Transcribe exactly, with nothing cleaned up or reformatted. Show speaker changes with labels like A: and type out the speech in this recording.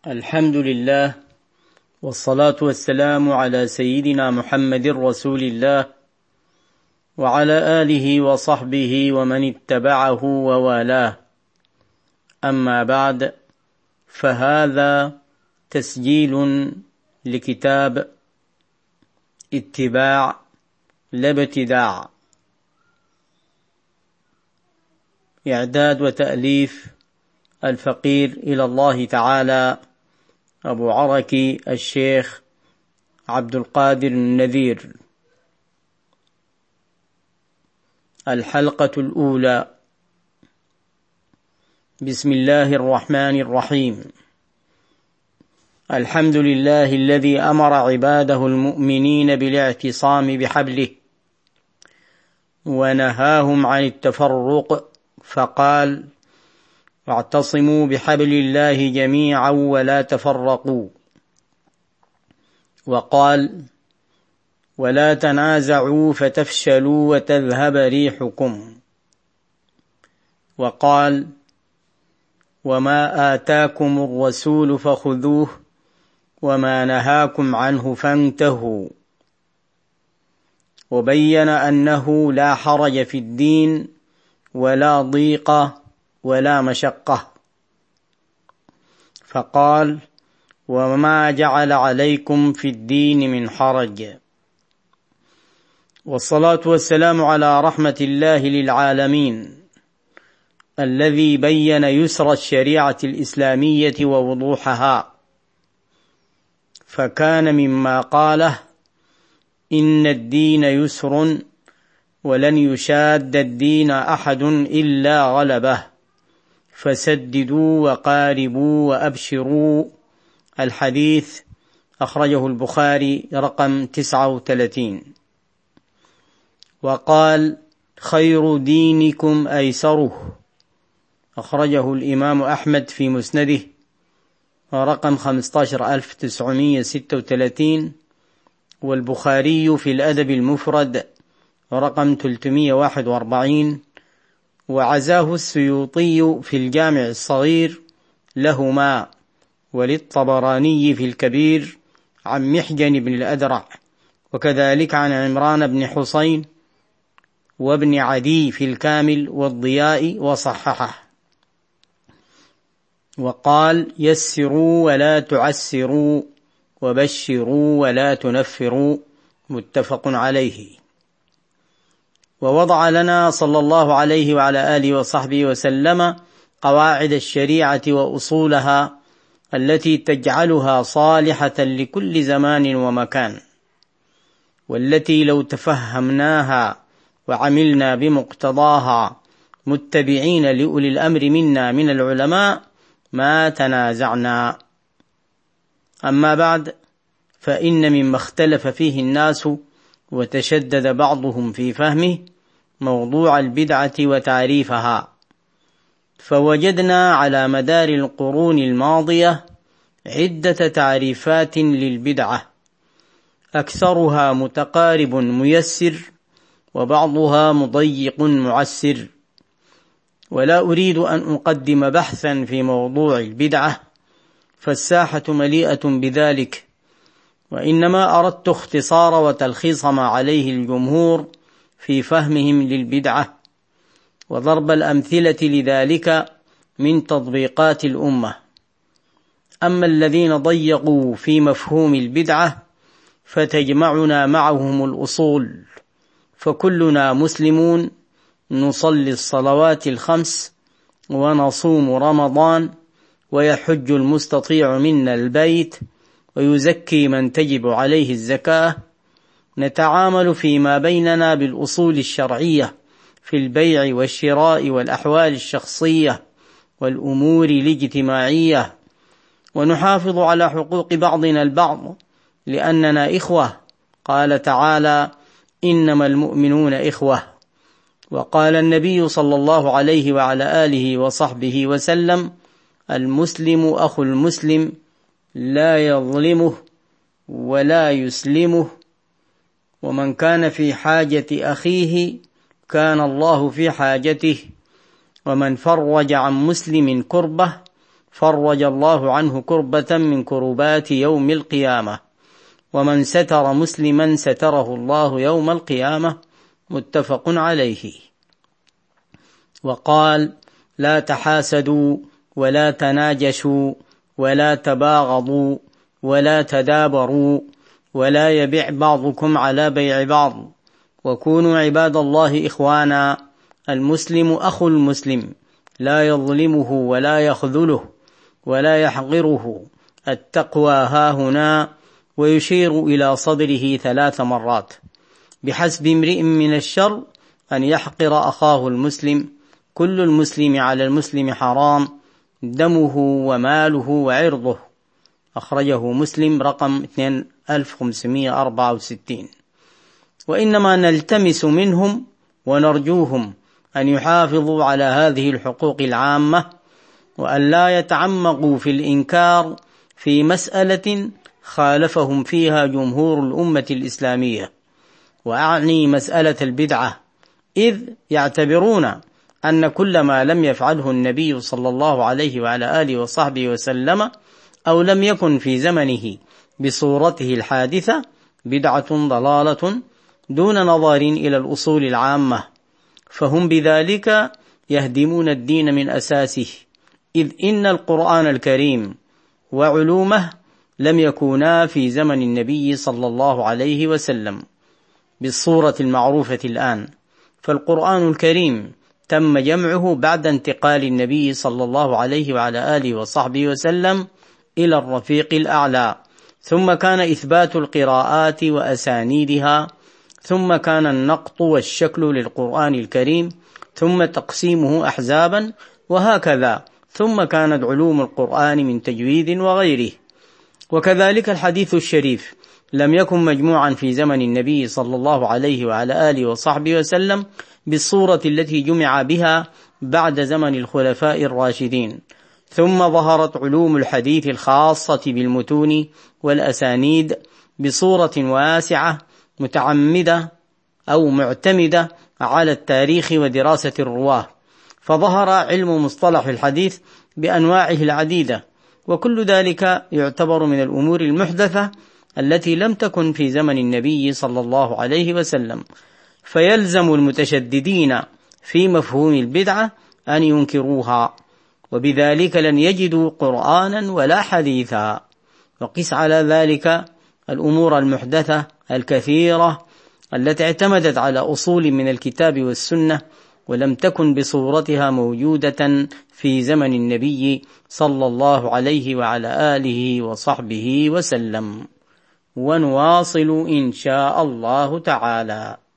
A: الحمد لله، والصلاة والسلام على سيدنا محمد رسول الله وعلى آله وصحبه ومن اتبعه ووالاه. أما بعد، فهذا تسجيل لكتاب اتباع لا ابتداع، إعداد وتأليف الفقير إلى الله تعالى أبو عركي الشيخ عبد القادر النذير. الحلقة الأولى. بسم الله الرحمن الرحيم. الحمد لله الذي أمر عباده المؤمنين بالاعتصام بحبله ونهاهم عن التفرق، فقال: واعتصموا بحبل الله جميعا ولا تفرقوا. وقال: ولا تنازعوا فتفشلوا وتذهب ريحكم. وقال: وما آتاكم الرسول فخذوه وما نهاكم عنه فانتهوا. وبين أنه لا حرج في الدين ولا ضيق ولا مشقة، فقال: وما جعل عليكم في الدين من حرج. والصلاة والسلام على رحمة الله للعالمين الذي بين يسر الشريعة الإسلامية ووضوحها، فكان مما قاله: إن الدين يسر ولن يشاد الدين أحد إلا غلبه، فسددوا وقاربوا وأبشروا. الحديث أخرجه البخاري رقم تسعة وثلاثين. وقال: خير دينكم أيسره، أخرجه الإمام أحمد في مسنده رقم خمسة عشر ألف وتسعمائة وستة وثلاثين، والبخاري في الأدب المفرد رقم ثلاثمائة وواحد وأربعين، وعزاه السيوطي في الجامع الصغير لهما، وللطبراني في الكبير عن محجن بن الأدرع، وكذلك عن عمران بن حسين وابن عدي في الكامل والضياء وصححه. وقال: يسروا ولا تعسروا وبشروا ولا تنفروا، متفق عليه. ووضع لنا صلى الله عليه وعلى آله وصحبه وسلم قواعد الشريعة وأصولها التي تجعلها صالحة لكل زمان ومكان، والتي لو تفهمناها وعملنا بمقتضاها متبعين لأولي الأمر منا من العلماء ما تنازعنا. أما بعد، فإن مما اختلف فيه الناس وتشدد بعضهم في فهمه موضوع البدعة وتعريفها، فوجدنا على مدار القرون الماضية عدة تعريفات للبدعة، أكثرها متقارب ميسر وبعضها مضيق معسر. ولا أريد أن أقدم بحثا في موضوع البدعة، فالساحة مليئة بذلك، وإنما أردت اختصار وتلخيص ما عليه الجمهور في فهمهم للبدعة، وضرب الأمثلة لذلك من تطبيقات الأمة. أما الذين ضيقوا في مفهوم البدعة فتجمعنا معهم الأصول، فكلنا مسلمون نصلي الصلوات الخمس ونصوم رمضان ويحج المستطيع منا البيت ويزكي من تجب عليه الزكاة، نتعامل فيما بيننا بالأصول الشرعية في البيع والشراء والأحوال الشخصية والأمور الاجتماعية، ونحافظ على حقوق بعضنا البعض لأننا إخوة. قال تعالى: إنما المؤمنون إخوة. وقال النبي صلى الله عليه وعلى آله وصحبه وسلم: المسلم أخو المسلم لا يظلمه ولا يسلمه، ومن كان في حاجة أخيه كان الله في حاجته، ومن فرج عن مسلم كربة فرج الله عنه كربة من كربات يوم القيامة، ومن ستر مسلما ستره الله يوم القيامة. متفق عليه. وقال: لا تحاسدوا ولا تناجشوا ولا تباغضوا ولا تدابروا ولا يبيع بعضكم على بيع بعض، وكونوا عباد الله إخوانا. المسلم أخو المسلم، لا يظلمه ولا يخذله ولا يحقره. التقوى هاهنا، ويشير إلى صدره ثلاث مرات. بحسب امرئ من الشر أن يحقر أخاه المسلم. كل المسلم على المسلم حرام، دمه وماله وعرضه. أخرجه مسلم رقم اثنين ألف وخمسمائة وأربعة وستين. وإنما نلتمس منهم ونرجوهم أن يحافظوا على هذه الحقوق العامة، وأن لا يتعمقوا في الإنكار في مسألة خالفهم فيها جمهور الأمة الإسلامية، وأعني مسألة البدعة، إذ يعتبرون أن كل ما لم يفعله النبي صلى الله عليه وعلى آله وصحبه وسلم أو لم يكن في زمنه بصورته الحادثة بدعة ضلالة، دون نظر إلى الأصول العامة، فهم بذلك يهدمون الدين من أساسه، إذ إن القرآن الكريم وعلومه لم يكونا في زمن النبي صلى الله عليه وسلم بالصورة المعروفة الآن، فالقرآن الكريم تم جمعه بعد انتقال النبي صلى الله عليه وعلى آله وصحبه وسلم إلى الرفيق الأعلى، ثم كان إثبات القراءات وأسانيدها، ثم كان النقط والشكل للقرآن الكريم، ثم تقسيمه أحزابا، وهكذا، ثم كانت علوم القرآن من تجويد وغيره. وكذلك الحديث الشريف لم يكن مجموعا في زمن النبي صلى الله عليه وعلى آله وصحبه وسلم بالصورة التي جمع بها بعد زمن الخلفاء الراشدين، ثم ظهرت علوم الحديث الخاصة بالمتون والأسانيد بصورة واسعة متعمدة أو معتمدة على التاريخ ودراسة الرواه، فظهر علم مصطلح الحديث بأنواعه العديدة، وكل ذلك يعتبر من الأمور المحدثة التي لم تكن في زمن النبي صلى الله عليه وسلم، فيلزم المتشددين في مفهوم البدعة أن ينكروها، وبذلك لن يجدوا قرآنا ولا حديثا. وقس على ذلك الأمور المحدثة الكثيرة التي اعتمدت على أصول من الكتاب والسنة ولم تكن بصورتها موجودة في زمن النبي صلى الله عليه وعلى آله وصحبه وسلم. ونواصل إن شاء الله تعالى.